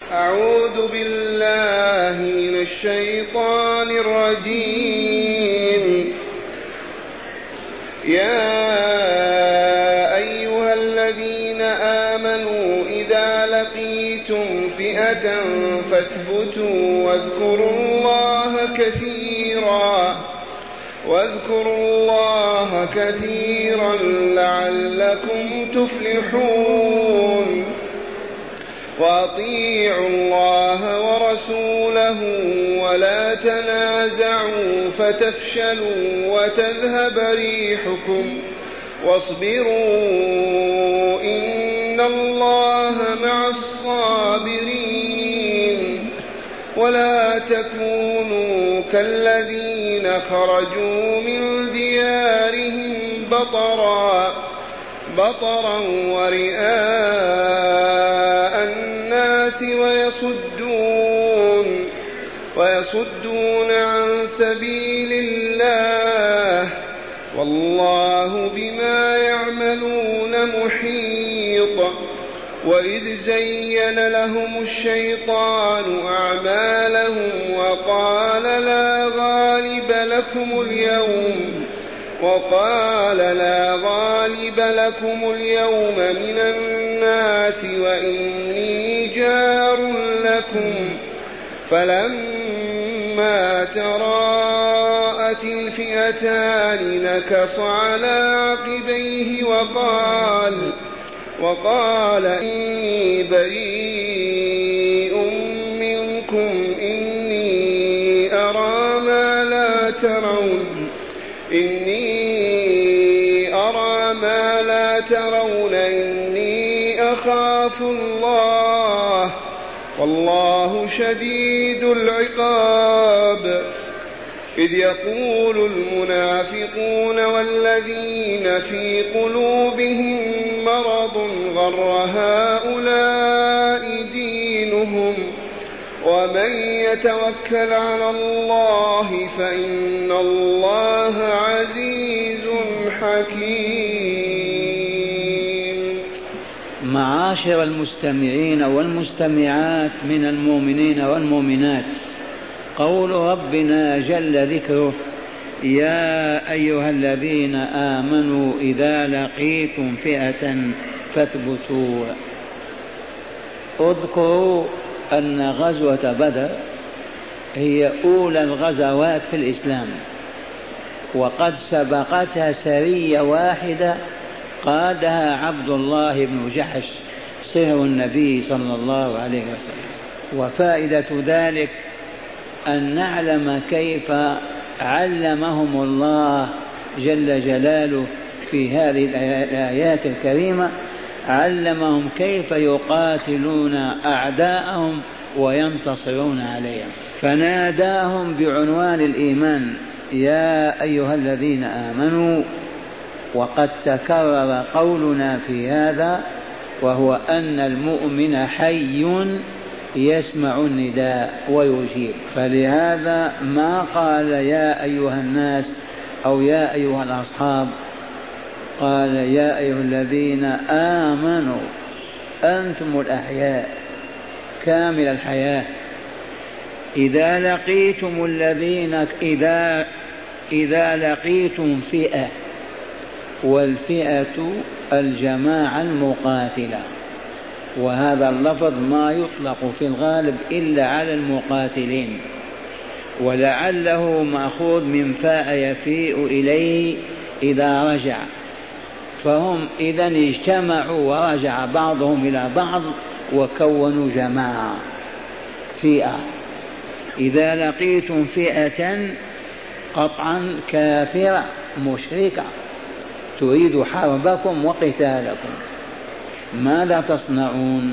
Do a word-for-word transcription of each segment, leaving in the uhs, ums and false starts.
أعوذ بالله من الشيطان الرجيم. يا أيها الذين آمنوا إذا لقيتم فئة فاثبتوا واذكروا الله كثيرا واذكروا الله كثيرا لعلكم تفلحون. وأطيعوا الله ورسوله ولا تنازعوا فتفشلوا وتذهب ريحكم واصبروا إن الله مع الصابرين. ولا تكونوا كالذين خرجوا من ديارهم بطرا بطرا ورئاء الناس ويصدون ويصدون عن سبيل الله والله بما يعملون محيط. وإذ زين لهم الشيطان أعمالهم وقال لا غالب لكم اليوم وقال لا غالب لكم اليوم من الناس وإني جار لكم فلما تراءت الفئتان نكص على عقبيه وقال وقال إني بريء منكم إني أرى ما لا ترون إني أرى ما لا ترون إني أخاف الله والله شديد العقاب. إذ يقول المنافقون والذين في قلوبهم مرض غر هؤلاء دينهم ومن يتوكل على الله فإن الله عزيز حكيم. معاشر المستمعين والمستمعات من المؤمنين والمؤمنات، قول ربنا جل ذكره يا أيها الذين آمنوا إذا لقيتم فئة فاثبتوا. اذكروا أن غزوة بدر هي أولى الغزوات في الإسلام، وقد سبقتها سرية واحدة قادها عبد الله بن جحش صهر النبي صلى الله عليه وسلم. وفائدة ذلك أن نعلم كيف علمهم الله جل جلاله في هذه الآيات الكريمة، علمهم كيف يقاتلون أعداءهم وينتصرون عليهم. فناداهم بعنوان الإيمان يا أيها الذين آمنوا، وقد تكرر قولنا في هذا، وهو أن المؤمن حي يسمع النداء ويجيب. فلهذا ما قال يا أيها الناس أو يا أيها الأصحاب، قال يا أيها الذين آمنوا أنتم الأحياء كامل الحياة. إذا لقيتم الذين إذا إذا لقيتم فئة، والفئة الجماعة المقاتلة، وهذا اللفظ ما يطلق في الغالب إلا على المقاتلين، ولعله مأخوذ من فاء يفيء إليه إذا رجع، فهم إذن اجتمعوا ورجع بعضهم إلى بعض وكونوا جماعة فئة. إذا لقيتم فئة قطعا كافرة مشركة تريد حربكم وقتالكم، ماذا تصنعون؟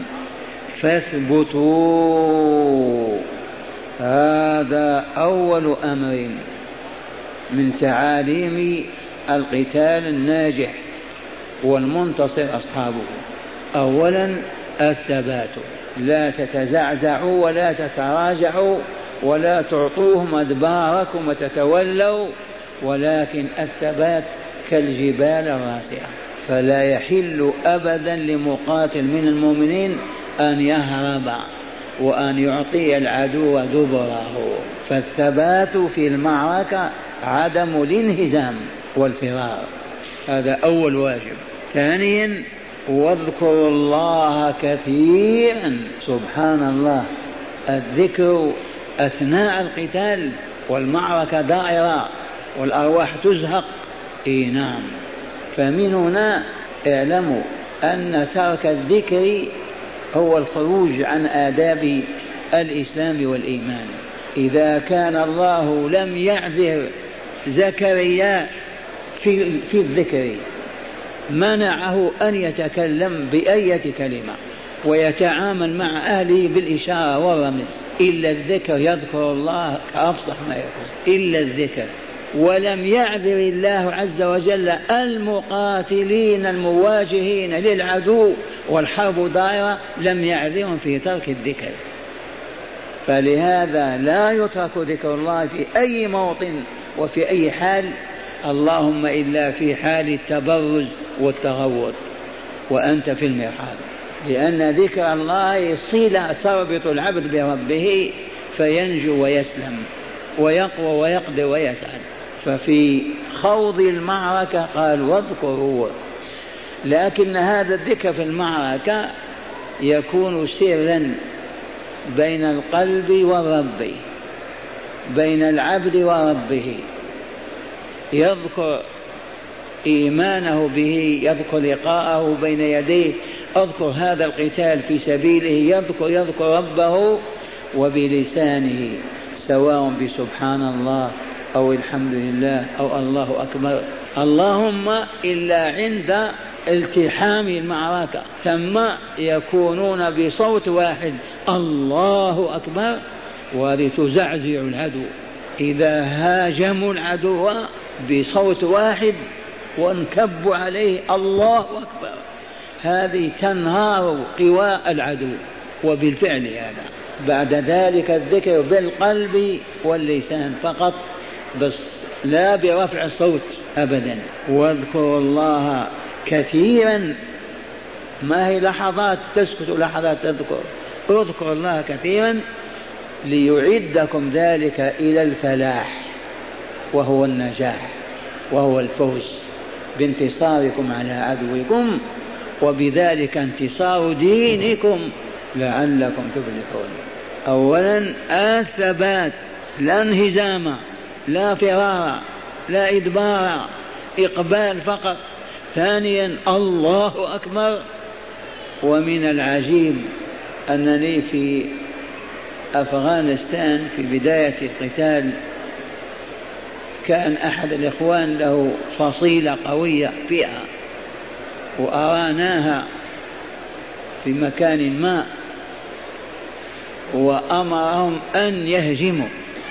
فاثبتوا. هذا أول أمر من تعاليم القتال الناجح والمنتصر أصحابه. أولا الثبات، لا تتزعزعوا ولا تتراجعوا ولا تعطوهم أدباركم وتتولوا، ولكن الثبات كالجبال الراسعة. فلا يحل أبدا لمقاتل من المؤمنين أن يهرب وأن يعطي العدو دبره. فالثبات في المعركة عدم الانهزام والفرار، هذا أول واجب. ثانيا واذكروا الله كثيرا. سبحان الله، الذكر أثناء القتال والمعركة دائرة والأرواح تزهق. إيه نعم. فمن هنا اعلموا أن ترك الذكر هو الخروج عن آداب الإسلام والإيمان. إذا كان الله لم يعذر زكريا في, في الذكر، منعه أن يتكلم بأية كلمة ويتعامل مع أهله بالإشارة والرمز، إلا الذكر، يذكر الله كأفصح ما يكون إلا الذكر. ولم يعذر الله عز وجل المقاتلين المواجهين للعدو والحرب دائرة، لم يعذرهم في ترك الذكر. فلهذا لا يترك ذكر الله في أي موطن وفي أي حال، اللهم إلا في حال التبرز والتغوط وأنت في المرحاض، لأن ذكر الله صلة تربط العبد بربه فينجو ويسلم ويقوى ويقدر ويسعد. ففي خوض المعركة قال واذكروا، لكن هذا الذكر في المعركة يكون سرا بين القلب والرب، بين العبد وربه، يذكر إيمانه به، يذكر لقاءه بين يديه، أذكر هذا القتال في سبيله، يذكر يذكر ربه وبلسانه، سواء بسبحان الله أو الحمد لله أو الله أكبر. اللهم إلا عند التحام المعركة ثم يكونون بصوت واحد الله أكبر ولتزعزع العدو. إذا هاجموا العدو بصوت واحد وانكبوا عليه الله أكبر، هذه تنهار قوى العدو. وبالفعل هذا بعد ذلك الذكر بالقلب واللسان فقط، بس لا برفع الصوت أبدا. واذكروا الله كثيرا، ما هي لحظات تسكت لحظات تذكر، اذكر الله كثيرا ليعدكم ذلك إلى الفلاح وهو النجاح وهو الفوز بانتصاركم على عدوكم، وبذلك انتصار دينكم لعلكم تفلحون. أولا الثبات، لا انهزام، لا فرار، لا إدبار، إقبال فقط. ثانيا الله أكبر. ومن العجيب أنني في أفغانستان في بداية القتال كان أحد الإخوان له فصيلة قوية فيها، وأراناها في مكان ما وأمرهم أن يهجموا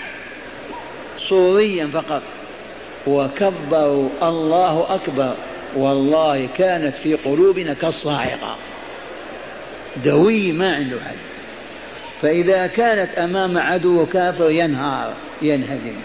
صوريا فقط، وكبروا الله أكبر. والله كانت في قلوبنا كالصاعقة، دوي ما عنده حد. فإذا كانت أمام عدو كافر ينهار ينهزم.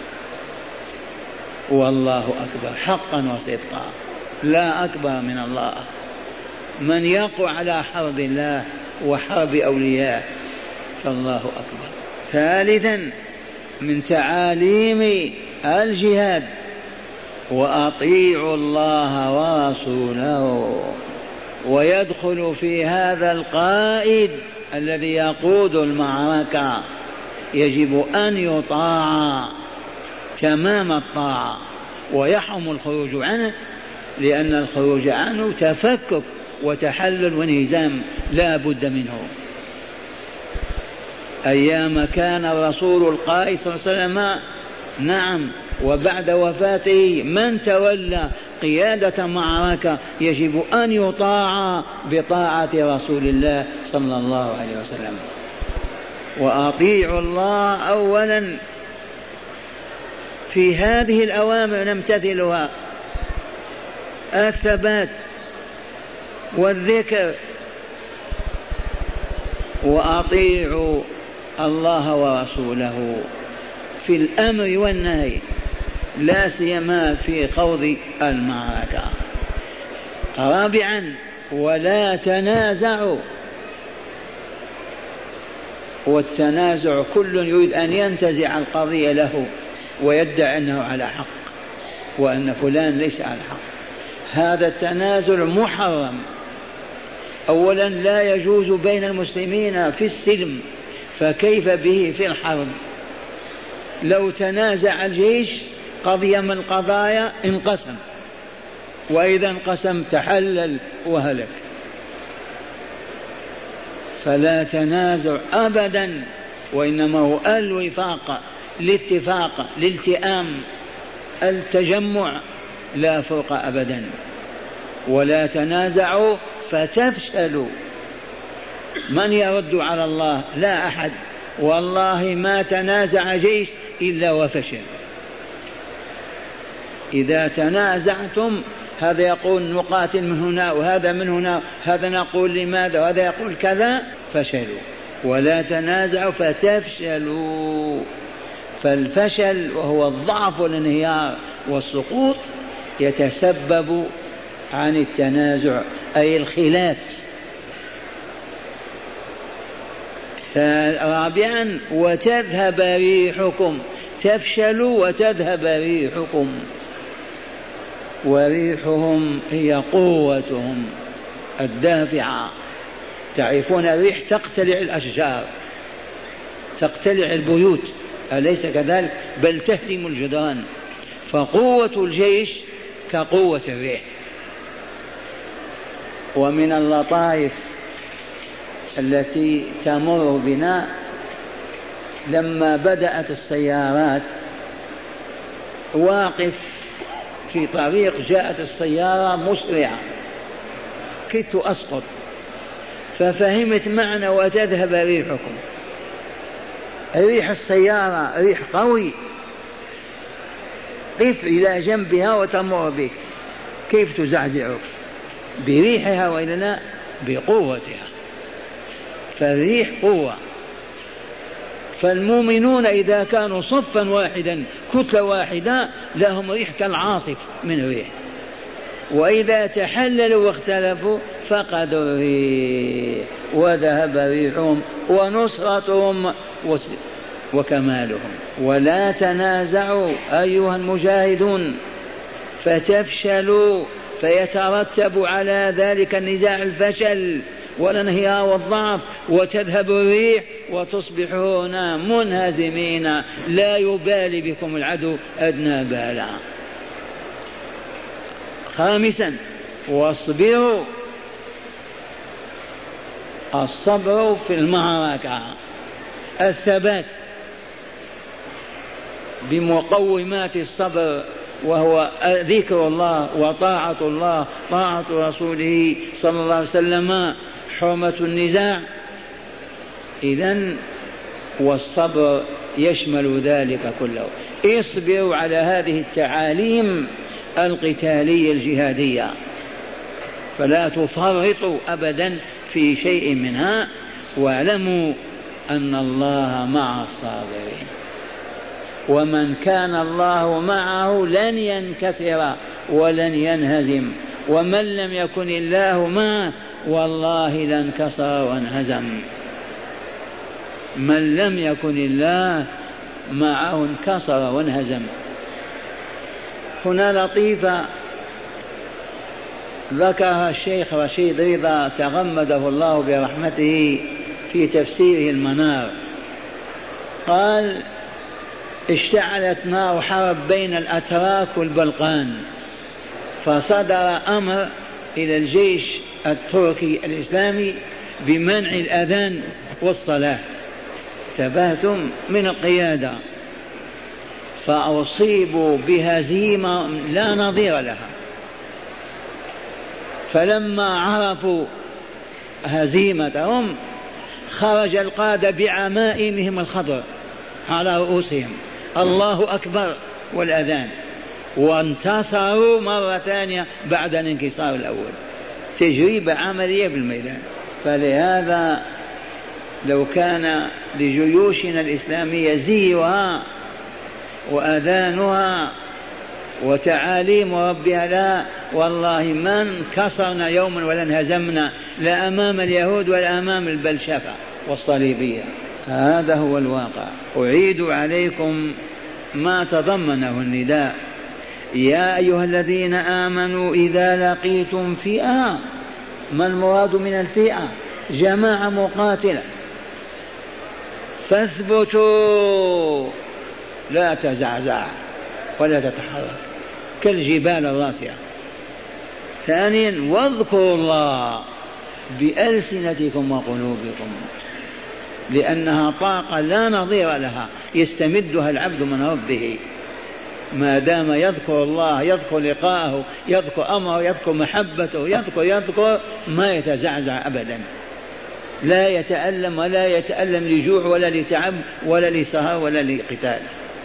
والله أكبر حقا وصدقا، لا أكبر من الله. من يقع على حرب الله وحرب أولياء فالله أكبر. ثالثا من تعاليم الجهاد وأطيعوا الله ورسوله، ويدخل في هذا القائد الذي يقود المعركة، يجب أن يطاع تمام الطاعة ويحرم الخروج عنه، لأن الخروج عنه تفكك وتحلل وانهزام لا بد منه. أيام كان الرسول القائد صلى الله عليه وسلم نعم، وبعد وفاته من تولى قيادة معركة يجب أن يطاع بطاعة رسول الله صلى الله عليه وسلم. وأطيعوا الله أولا في هذه الأوامر نمتثلها، الثبات والذكر. وأطيعوا الله ورسوله في الأمر والنهي، لا سيما في خوض المعركة. رابعا ولا تنازعوا والتنازع كل يريد أن ينتزع القضية له ويدعي أنه على حق وأن فلان ليس على حق. هذا التنازع محرم. أولا لا يجوز بين المسلمين في السلم، فكيف به في الحرب؟ لو تنازع الجيش قضية من القضايا انقسم، وإذا انقسم تحلل وهلك. فلا تنازع أبدا، وإنما هو الوفاق، الاتفاق، الالتئام، التجمع، لا فرق أبدا. ولا تنازعوا فتفشلوا. من يرد على الله؟ لا أحد. والله ما تنازع جيش إلا وفشل. إذا تنازعتم هذا يقول نقاتل من هنا وهذا من هنا، هذا نقول لماذا وهذا يقول كذا، فشلوا. ولا تنازعوا فتفشلوا. فالفشل وهو الضعف والانهيار والسقوط يتسبب عن التنازع أي الخلاف. رابعا وتذهب ريحكم. تفشلوا وتذهب ريحكم. وريحهم هي قوتهم الدافعة. تعرفون الريح تقتلع الأشجار، تقتلع البيوت، أليس كذلك؟ بل تهدم الجدران. فقوة الجيش كقوة الريح. ومن اللطائف التي تمر بنا لما بدأت السيارات، واقف في طريق جاءت السيارة مسرعة، كدت أسقط، ففهمت معنى وتذهب ريحكم. ريح السيارة ريح قوي، قف إلى جنبها وتمر بك، كيف تزعزعك؟ بريحها وإلا لا؟ بقوتها. فالريح قوة. فالمؤمنون إذا كانوا صفا واحدا كتلة واحدة لهم ريح كالعاصف من ريح، وإذا تحللوا واختلفوا فقدوا الريح وذهب ريحهم ونصرتهم وكمالهم. ولا تنازعوا أيها المجاهدون فتفشلوا، فيترتب على ذلك النزاع الفشل والانهيار والضعف، وتذهب الريح وتصبحون منهزمين لا يبالي بكم العدو أدنى بالا. خامسا واصبروا. الصبر في المعركة، الثبات بمقومات الصبر، وهو ذكر الله وطاعة الله، طاعة رسوله صلى الله عليه وسلم، حرمة النزاع. إذن والصبر يشمل ذلك كله. اصبروا على هذه التعاليم القتالية الجهادية، فلا تفرطوا أبدا في شيء منها، واعلموا أن الله مع الصابرين. ومن كان الله معه لن ينكسر ولن ينهزم، ومن لم يكن الله معه والله لانكسر وانهزم. من لم يكن الله معه انكسر وانهزم. هنا لطيفة ذكرها الشيخ رشيد رضا تغمده الله برحمته في تفسيره المنار. قال اشتعلت نار حرب بين الأتراك والبلقان، فصدر أمر إلى الجيش التركي الإسلامي بمنع الأذان والصلاة، تبهتم من القيادة، فأصيبوا بهزيمة لا نظير لها. فلما عرفوا هزيمتهم خرج القادة بعمائمهم الخضر على رؤوسهم، الله أكبر والأذان، وانتصروا مرة ثانية بعد الانكسار الأول. تجربة عملية بالميدان. فلهذا لو كان لجيوشنا الإسلامية زيها وأذانها وتعاليم ربها، لا والله ما انكسرنا يوما ولا انهزمنا، لا أمام اليهود ولا أمام البلشفة والصليبية هذا هو الواقع. أعيد عليكم ما تضمنه النداء: يا أيها الذين آمنوا إذا لقيتم فئة. ما المراد من الفئة؟ جماعة مقاتلة، فاثبتوا لا تزعزع ولا تتحرك كالجبال الراسية. ثانيا: واذكروا الله بألسنتكم وقلوبكم، لأنها طاقة لا نظير لها يستمدها العبد من ربه ما دام يذكر الله، يذكر لقاءه، يذكر أمره، يذكر محبته، يذكر يذكر ما يتزعزع أبدا، لا يتألم ولا يتألم لجوع ولا لتعب ولا لسهر ولا لقتال.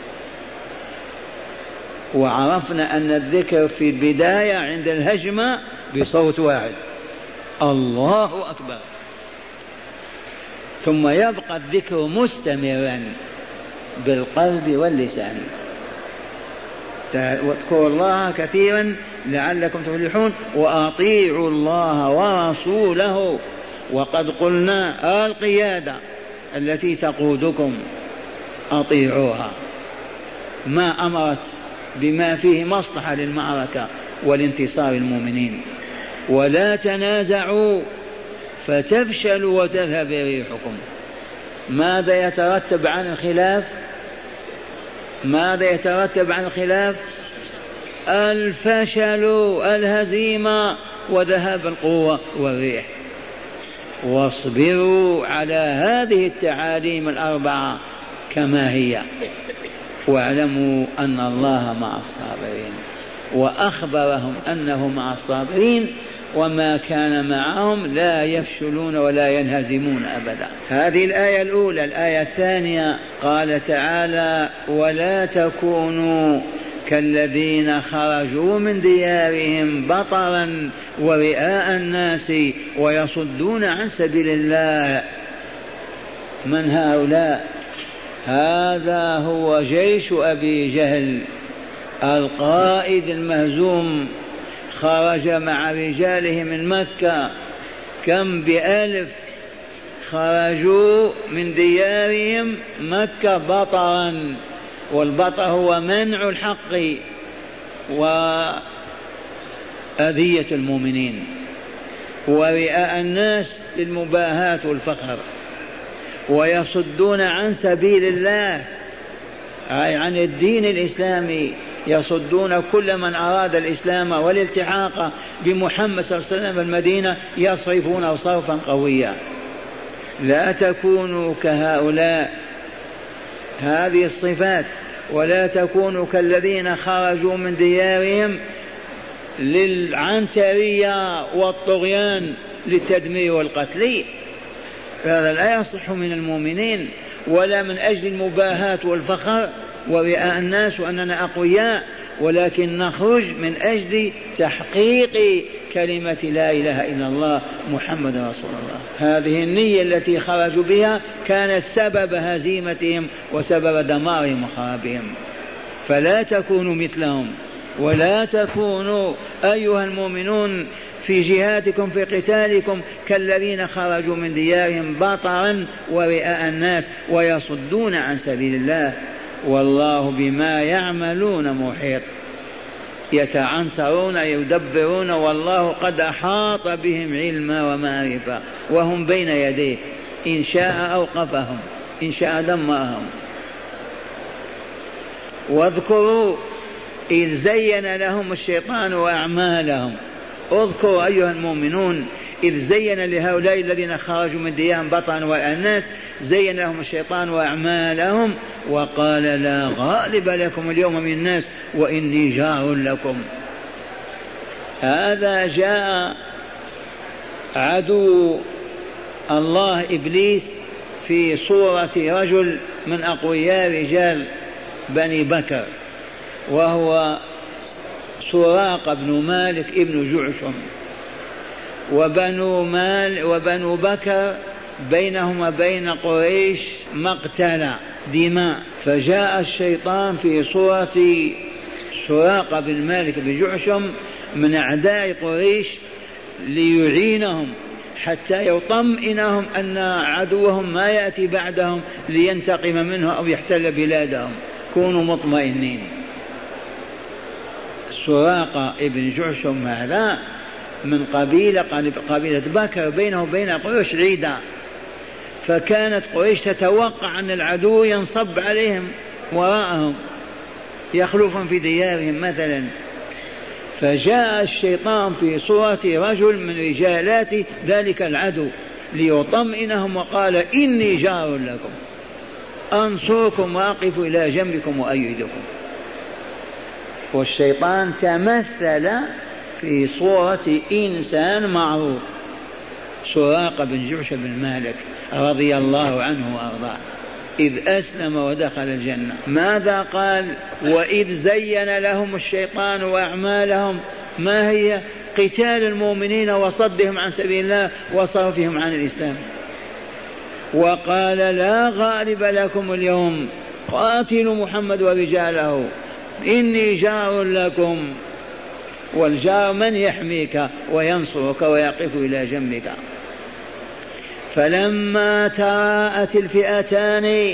وعرفنا أن الذكر في البداية عند الهجمة بصوت واحد: الله أكبر، ثم يبقى الذكر مستمرا بالقلب واللسان. واذكروا الله كثيرا لعلكم تفلحون، وأطيعوا الله ورسوله. وقد قلنا القيادة التي تقودكم أطيعوها ما أمرت بما فيه مصلحة للمعركة والانتصار المؤمنين، ولا تنازعوا فتفشلوا وتذهب ريحكم. ماذا يترتب عن الخلاف؟ ماذا يترتب عن الخلاف؟ الفشل، الهزيمة، وذهاب القوة والريح. واصبروا على هذه التعاليم الأربعة كما هي، واعلموا أن الله مع الصابرين. وأخبرهم أنه مع الصابرين، وما كان معهم لا يفشلون ولا ينهزمون أبدا. هذه الآية الأولى. الآية الثانية قال تعالى: ولا تكونوا كالذين خرجوا من ديارهم بطرا ورئاء الناس ويصدون عن سبيل الله. من هؤلاء؟ هذا هو جيش أبي جهل القائد المهزوم، خرج مع رجاله من مكة، كم بألف، خرجوا من ديارهم مكة بطرا، والبطر هو منع الحق وأذية المؤمنين، ورئاء الناس للمباهاة والفخر، ويصدون عن سبيل الله أي عن الدين الإسلامي، يصدون كل من أراد الإسلام والالتحاق بمحمد صلى الله عليه وسلم في المدينة، يصرفونه صرفا قويا. لا تكونوا كهؤلاء، هذه الصفات. ولا تكونوا كالذين خرجوا من ديارهم للعنترية والطغيان للتدمير والقتل، هذا لا يصح من المؤمنين، ولا من أجل المباهاة والفخر ورئاء الناس وأننا أقوياء، ولكن نخرج من أجل تحقيق كلمة لا إله إلا الله محمد رسول الله. هذه النية التي خرجوا بها كانت سبب هزيمتهم وسبب دمارهم وخرابهم. فلا تكونوا مثلهم، ولا تكونوا أيها المؤمنون في جهاتكم في قتالكم كالذين خرجوا من ديارهم بطرا ورئاء الناس ويصدون عن سبيل الله، والله بما يعملون محيط. يتعنترون يدبرون، والله قد أحاط بهم علما ومعرفة، وهم بين يديه، إن شاء أوقفهم، إن شاء دمرهم. واذكروا إذ زين لهم الشيطان وأعمالهم. اذكروا أيها المؤمنون إذ زين لهؤلاء الذين خرجوا من ديارهم بطرا والناس، زين لهم الشيطان وأعمالهم وقال: لا غالب لكم اليوم من الناس وإني جار لكم. هذا جاء عدو الله إبليس في صورة رجل من أقوياء رجال بني بكر، وهو سراق بن مالك ابن جعشم. وبنو مال وبنو بكر بينهم وبين قريش مقتل دماء، فجاء الشيطان في صورة سراق بن مالك بن جعشم من أعداء قريش ليعينهم حتى يطمئنهم أن عدوهم ما يأتي بعدهم لينتقم منه أو يحتل بلادهم. كونوا مطمئنين. سراقة ابن جعشم هذا من قبيلة قبيلة بكر بينه وبين قريش عيدا، فكانت قريش تتوقع أن العدو ينصب عليهم وراءهم يخلفهم في ديارهم مثلا، فجاء الشيطان في صورة رجل من رجالات ذلك العدو ليطمئنهم وقال إني جار لكم أنصركم وأقف إلى جنبكم وأيدكم. والشيطان تمثل في صورة إنسان معروف سراقة بن جعشم بن مالك رضي الله عنه وأرضاه، إذ أسلم ودخل الجنة. ماذا قال؟ وإذ زين لهم الشيطان وأعمالهم، ما هي؟ قتال المؤمنين وصدهم عن سبيل الله وصرفهم عن الإسلام. وقال لا غالب لكم اليوم قاتلوا محمد ورجاله إني جار لكم. والجار من يحميك وينصرك ويقف إلى جنبك. فلما تراءت الفئتان،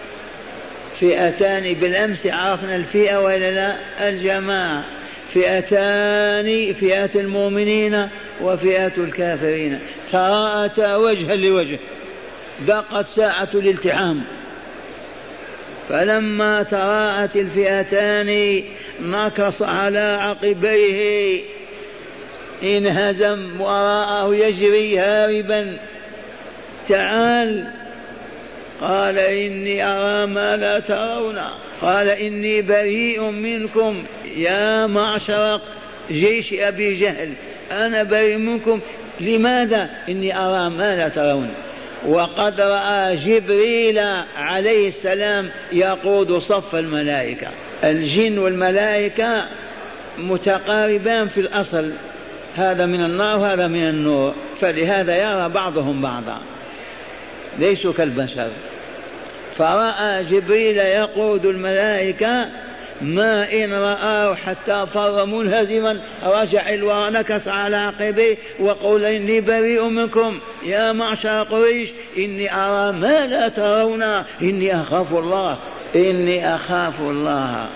فئتان بالأمس عرفنا الفئة وإلا لا؟ الجماعة. فئتان، فئة المؤمنين وفئة الكافرين، تراءتا وجها لوجه، ضاقت ساعة الالتحام. فلما تراءت الفئتان نكص على عقبيه، انهزم وراءه يجري هاربا. تعال، قال إني أرى ما لا ترون، قال إني بريء منكم يا معشر جيش أبي جهل، أنا بريء منكم. لماذا؟ إني أرى ما لا ترون. وقد رأى جبريل عليه السلام يقود صف الملائكة. الجن والملائكة متقاربان في الأصل، هذا من النار وهذا من النور، فلهذا يرى بعضهم بعضا، ليسوا كالبشر. فرأى جبريل يقود الملائكة، ما إن رآه حتى فر منهزما رجع الوراء نكص على عقبيه وقال إني بريء منكم يا معشر قريش إني أرى ما لا ترون إني أخاف الله، إني أخاف الله.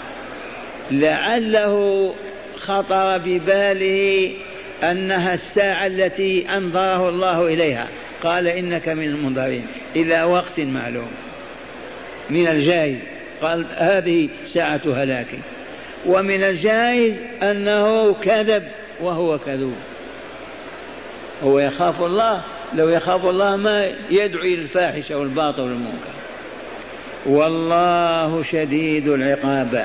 لعله خطر بباله أنها الساعة التي أنظره الله إليها، قال إنك من المنظرين إلى وقت معلوم. من الجائز قال هذه ساعة هلاك، ومن الجائز أنه كذب وهو كذوب. هو يخاف الله، لو يخاف الله ما يدعو إلى الفاحشة والباطل والمنكر. والله شديد العقاب.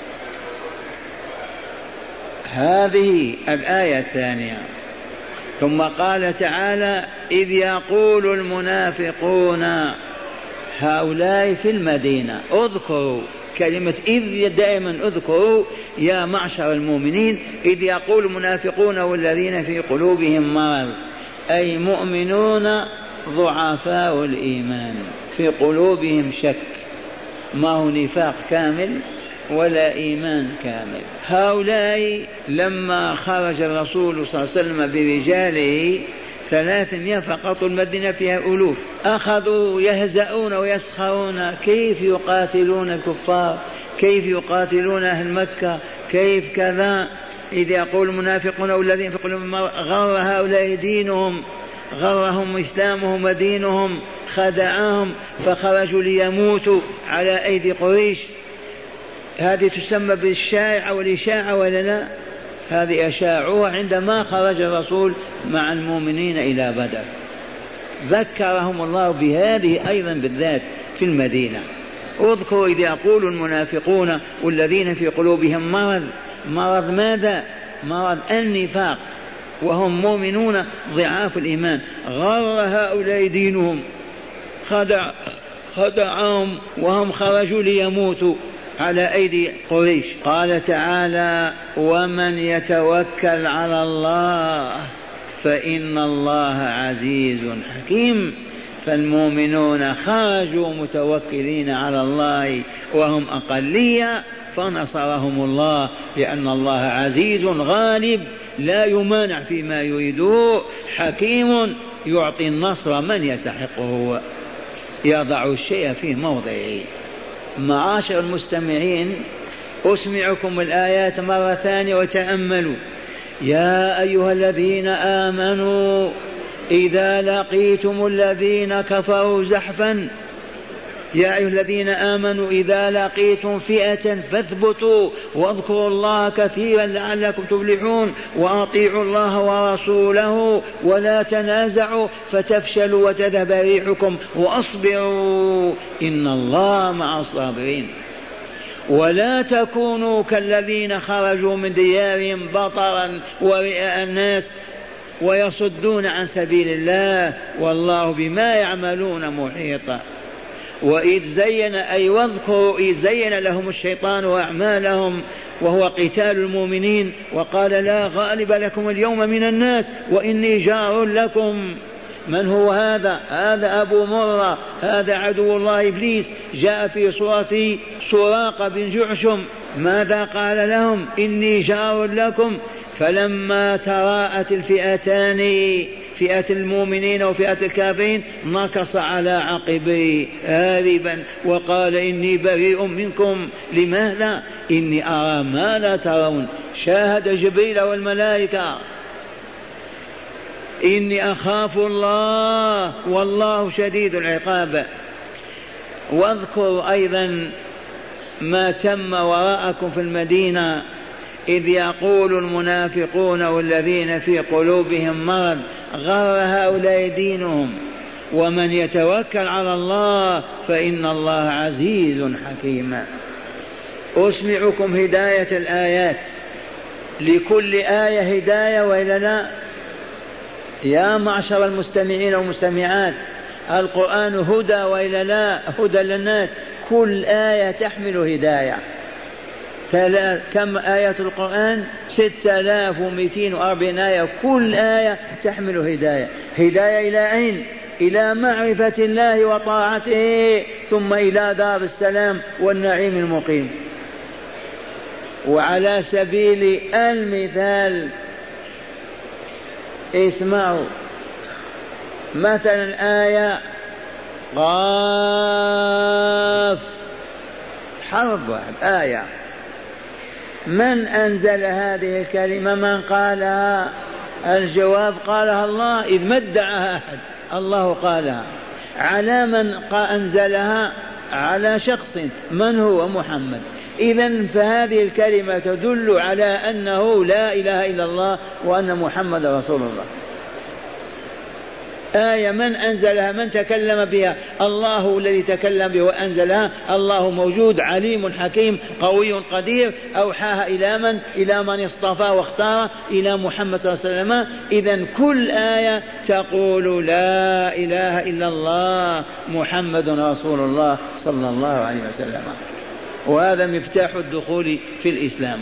هذه الآية الثانية. ثم قال تعالى إذ يقول المنافقون، هؤلاء في المدينة. اذكروا كلمة إذ، دائما اذكروا يا معشر المؤمنين، إذ يقول المنافقون والذين في قلوبهم مرض، أي مؤمنون ضعفاء الإيمان في قلوبهم شك، ما هو نفاق كامل ولا إيمان كامل. هؤلاء لما خرج الرسول صلى الله عليه وسلم برجاله ثلاثمائة فقط، المدينة فيها ألوف، أخذوا يهزؤون ويسخرون كيف يقاتلون الكفار، كيف يقاتلون أهل مكة، كيف كذا. إذ يقول المنافقون والذين في قلوبهم غر هؤلاء دينهم، غرهم إسلامهم ودينهم، خدعهم فخرجوا ليموتوا على أيدي قريش. هذه تسمى بالشائعة والإشاعة ولا لا؟ هذه أشاعوها عندما خرج الرسول مع المؤمنين إلى بدر. ذكرهم الله بهذه أيضا بالذات في المدينة. اذكروا إذ يقول المنافقون والذين في قلوبهم مرض. مرض ماذا؟ مرض النفاق، وهم مؤمنون ضعاف الإيمان. غر هؤلاء دينهم، خدع خدعهم وهم خرجوا ليموتوا على أيدي قريش. قال تعالى ومن يتوكل على الله فإن الله عزيز حكيم. فالمؤمنون خرجوا متوكلين على الله وهم أقلية، فنصرهم الله لأن الله عزيز غالب لا يمانع فيما يريدوه، حكيم يعطي النصر من يستحقه، يضع الشيء في موضعه. معاشر المستمعين، أسمعكم الآيات مرة ثانية وتأملوا. يا أيها الذين آمنوا إذا لقيتم الذين كفروا زحفا، يا أيها الذين آمنوا إذا لقيتم فئة فاثبتوا واذكروا الله كثيرا لعلكم تفلحون وأطيعوا الله ورسوله ولا تنازعوا فتفشلوا وتذهب ريحكم وأصبروا إن الله مع الصابرين. ولا تكونوا كالذين خرجوا من ديارهم بطرا ورئاء الناس ويصدون عن سبيل الله والله بما يعملون محيطا. وإذ زين أي واذكروا إذ زين لهم الشيطان أعمالهم وهو قتال المؤمنين وقال لا غالب لكم اليوم من الناس وإني جار لكم. من هو هذا؟ هذا أبو مرة، هذا عدو الله إبليس، جاء في صورة سراقة بن جعشم. ماذا قال لهم؟ إني جار لكم. فلما تراءت الفئتان، فئة المؤمنين وفئة الكافرين، نكص على عقبيه هاربا وقال إني بريء منكم. لماذا؟ إني أرى ما لا ترون. شاهد جبريل والملائكة. إني أخاف الله والله شديد العقاب. واذكر أيضا ما تم وراءكم في المدينة إذ يقول المنافقون والذين في قلوبهم مرض غر هؤلاء دينهم ومن يتوكل على الله فإن الله عزيز حكيم. أسمعكم هداية الآيات، لكل آية هداية وإلا لا؟ يا معشر المستمعين والمستمعات، القرآن هدى وإلا لا؟ هدى للناس. كل آية تحمل هداية. كم آية القرآن؟ ستة آلاف ومئتين وأربعين آية، كل آية تحمل هداية. هداية إلى أين؟ إلى معرفة الله وطاعته، ثم إلى دار السلام والنعيم المقيم. وعلى سبيل المثال اسمعوا مثلا آية قاف حرف واحد آية، من أنزل هذه الكلمة؟ من قالها؟ الجواب قالها الله، إذ ما ادعاها أحد، الله قالها. على من أنزلها؟ على شخص، من هو؟ محمد. إذن فهذه الكلمة تدل على أنه لا إله إلا الله وأن محمد رسول الله. آية من أنزلها؟ من تكلم بها؟ الله الذي تكلم بها وأنزلها. الله موجود عليم حكيم قوي قدير، أوحاها إلى من؟ إلى من اصطفى واختار، إلى محمد صلى الله عليه وسلم. إذن كل آية تقول لا إله إلا الله محمد رسول الله صلى الله عليه وسلم، وهذا مفتاح الدخول في الإسلام.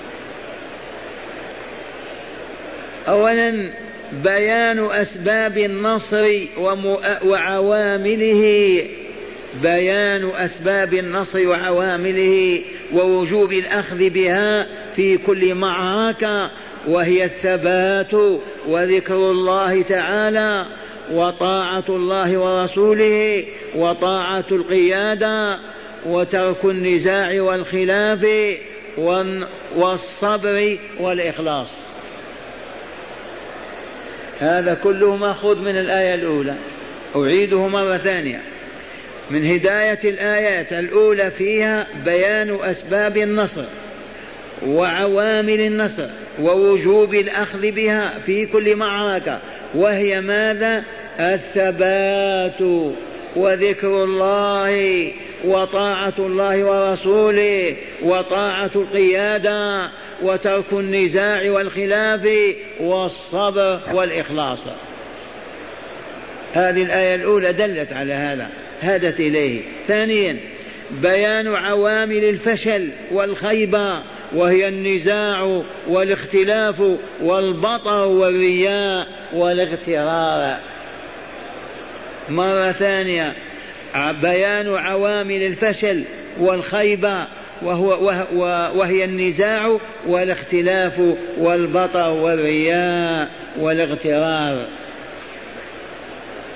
أولا بيان أسباب النصر وعوامله، بيان أسباب النصر وعوامله ووجوب الأخذ بها في كل معركة، وهي الثبات وذكر الله تعالى وطاعة الله ورسوله وطاعة القيادة وترك النزاع والخلاف والصبر والإخلاص. هذا كله مأخوذ من الآية الأولى. أعيده مرة ثانية. من هداية الآيات الأولى فيها بيان أسباب النصر وعوامل النصر ووجوب الأخذ بها في كل معركة، وهي ماذا؟ الثبات وذكر الله وطاعة الله ورسوله وطاعة القيادة وترك النزاع والخلاف والصبر والإخلاص. هذه الآية الأولى دلت على هذا، هدت إليه. ثانيا بيان عوامل الفشل والخيبة، وهي النزاع والاختلاف والبطر والرياء والاغترار. مرة ثانية بيان عوامل الفشل والخيبة، وهو وهي النزاع والاختلاف والبطر والرياء والاغترار.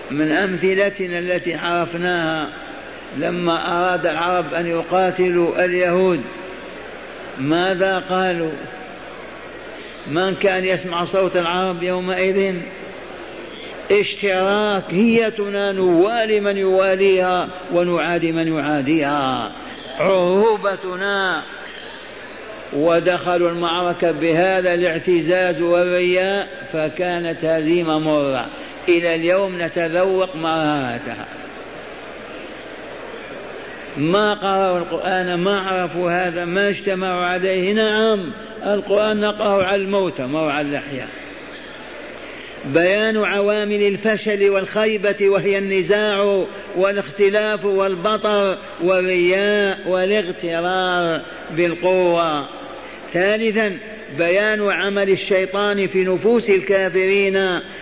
من أمثلتنا التي عرفناها لما أراد العرب أن يقاتلوا اليهود ماذا قالوا؟ من كان يسمع صوت العرب يومئذ اشتراك، هيتنا نوالي من يواليها ونعادي من يعاديها، عروبتنا. ودخلوا المعركة بهذا الاعتزاز والرياء فكانت هزيمة مرة، إلى اليوم نتذوق مرارتها. ما قرأوا القرآن، ما عرفوا هذا، ما اجتمعوا عليه. نعم القرآن نقرأه على الموتى ما على الأحياء. بيان عوامل الفشل والخيبة وهي النزاع والاختلاف والبطر والرياء والاغترار بالقوة. ثالثا بيان عمل الشيطان في نفوس الكافرين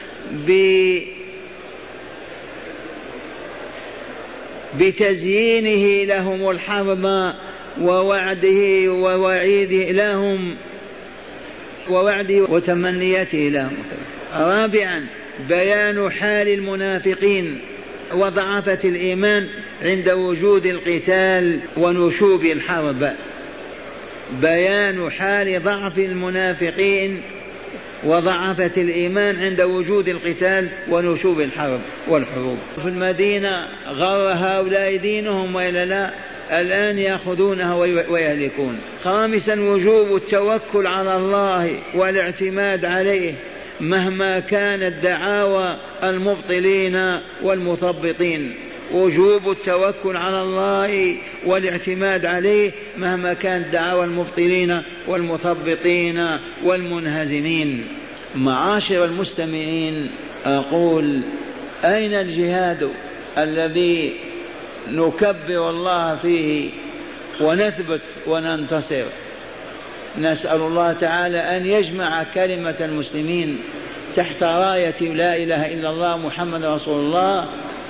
بتزيينه لهم الحرب ووعده ووعيده لهم ووعده وتمنيته لهم. رابعا بيان حال المنافقين وضعفة الإيمان عند وجود القتال ونشوب الحرب. بيان حال ضعف المنافقين وضعفة الإيمان عند وجود القتال ونشوب الحرب والحروب. في المدينة غر هؤلاء دينهم وإلا لا؟ الآن يأخذونها ويهلكون. خامسا وجوب التوكل على الله والاعتماد عليه مهما كانت دعاوى المبطلين والمثبطين. وجوب التوكل على الله والاعتماد عليه مهما كانت دعاوى المبطلين والمثبطين والمنهزمين. معاشر المستمعين، أقول أين الجهاد الذي نكبر الله فيه ونثبت وننتصر؟ نسأل الله تعالى أن يجمع كلمة المسلمين تحت راية لا إله إلا الله محمد رسول الله،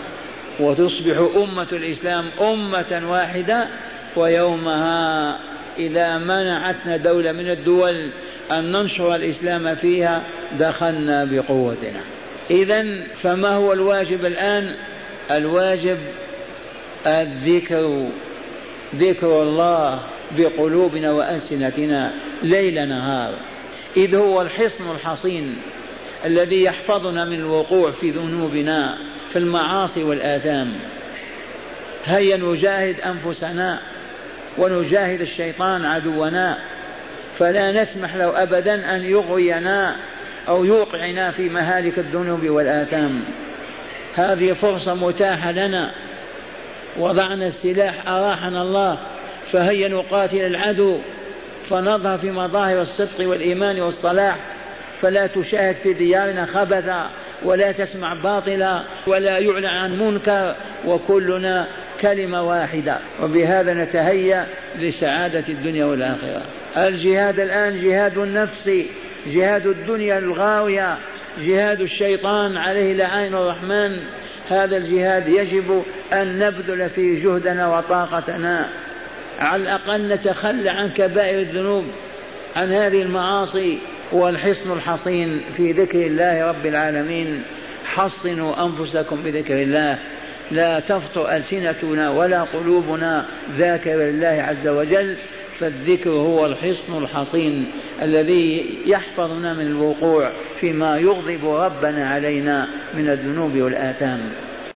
وتصبح أمة الإسلام أمة واحدة. ويومها إذا منعتنا دولة من الدول أن ننشر الإسلام فيها دخلنا بقوتنا. إذن فما هو الواجب الآن؟ الواجب الذكر، ذكر الله بقلوبنا وألسنتنا ليل نهار، إذ هو الحصن الحصين الذي يحفظنا من الوقوع في ذنوبنا في المعاصي والآثام. هيا نجاهد أنفسنا ونجاهد الشيطان عدونا، فلا نسمح له أبدا أن يغوينا أو يوقعنا في مهالك الذنوب والآثام. هذه فرصة متاحة لنا، وضعنا السلاح أراحنا الله، فهيا نقاتل العدو فنظهر في مظاهر الصدق والإيمان والصلاح. فلا تشاهد في ديارنا خبثا ولا تسمع باطلا ولا يعلن عن منكر، وكلنا كلمة واحدة، وبهذا نتهيأ لسعادة الدنيا والآخرة. الجهاد الآن جهاد النفس، جهاد الدنيا الغاوية، جهاد الشيطان عليه لعين الرحمن. هذا الجهاد يجب أن نبذل فيه جهدنا وطاقتنا، على الأقل نتخلى عن كبائر الذنوب، عن هذه المعاصي. والحصن الحصين في ذكر الله رب العالمين. حصنوا أنفسكم بذكر الله، لا تفطر ألسنتنا ولا قلوبنا ذاكر الله عز وجل. فالذكر هو الحصن الحصين الذي يحفظنا من الوقوع فيما يغضب ربنا علينا من الذنوب والآثام.